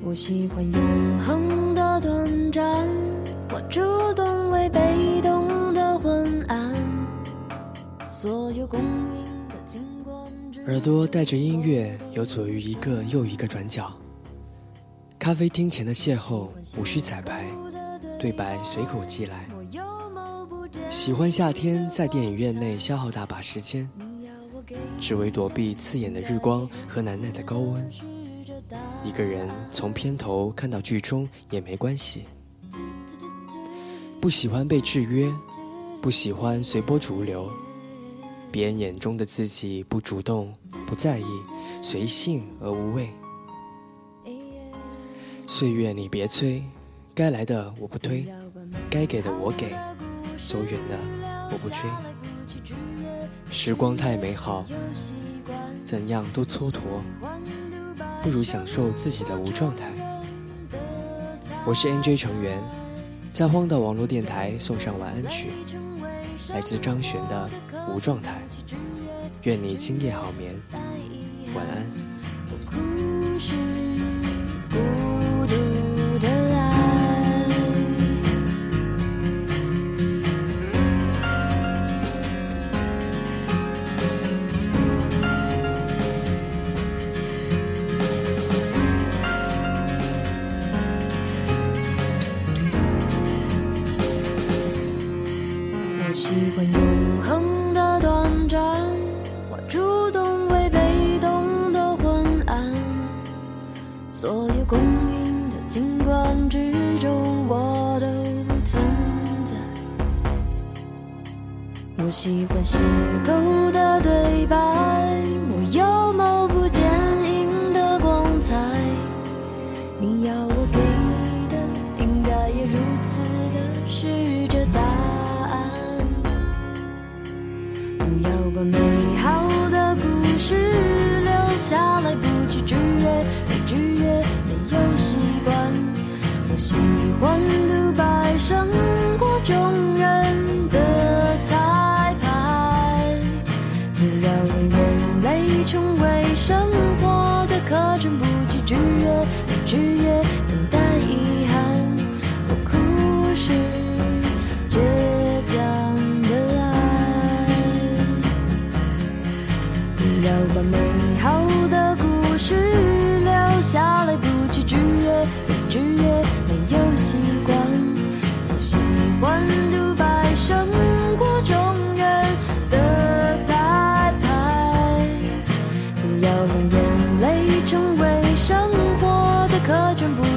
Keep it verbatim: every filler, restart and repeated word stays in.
我喜欢永恒的短暂，我主动为被动的昏暗，所有公允的景观。 耳朵带着音乐游走于一个又一个转角，咖啡厅前的邂逅无需彩排，对白随口寄来。喜欢夏天在电影院内消耗大把时间，只为躲避刺眼的日光和难耐的高温。一个人从片头看到剧中也没关系。不喜欢被制约，不喜欢随波逐流，别人眼中的自己不主动，不在意，随性而无畏。岁月你别催，该来的我不推，该给的我给，走远的我不追。时光太美好，怎样都蹉跎，不如享受自己的无状态。我是 N J 成员，在荒岛网络电台送上晚安曲，来自张悬的无状态。愿你今夜好眠，晚安。 故事孤独的爱，我喜欢永恒的短暂，我主动为被动的昏暗，所有公允的景观之中我都不存在。我喜欢邂逅的对白，我有某部电影的光彩，你要我给的应该也如此的试着答案。不要把美好的故事留下来，不去制约，被制约没有习惯。我喜欢独白胜过众人的彩排，不要让眼泪成为生活的课程，不去制约，被制约，等待遗憾。我哭是倔强的爱，不要把美好的故事留下来，不去制约，被制约，没有习惯。我喜欢独白胜过众人的彩排，不要让眼泪成为生活的课卷，不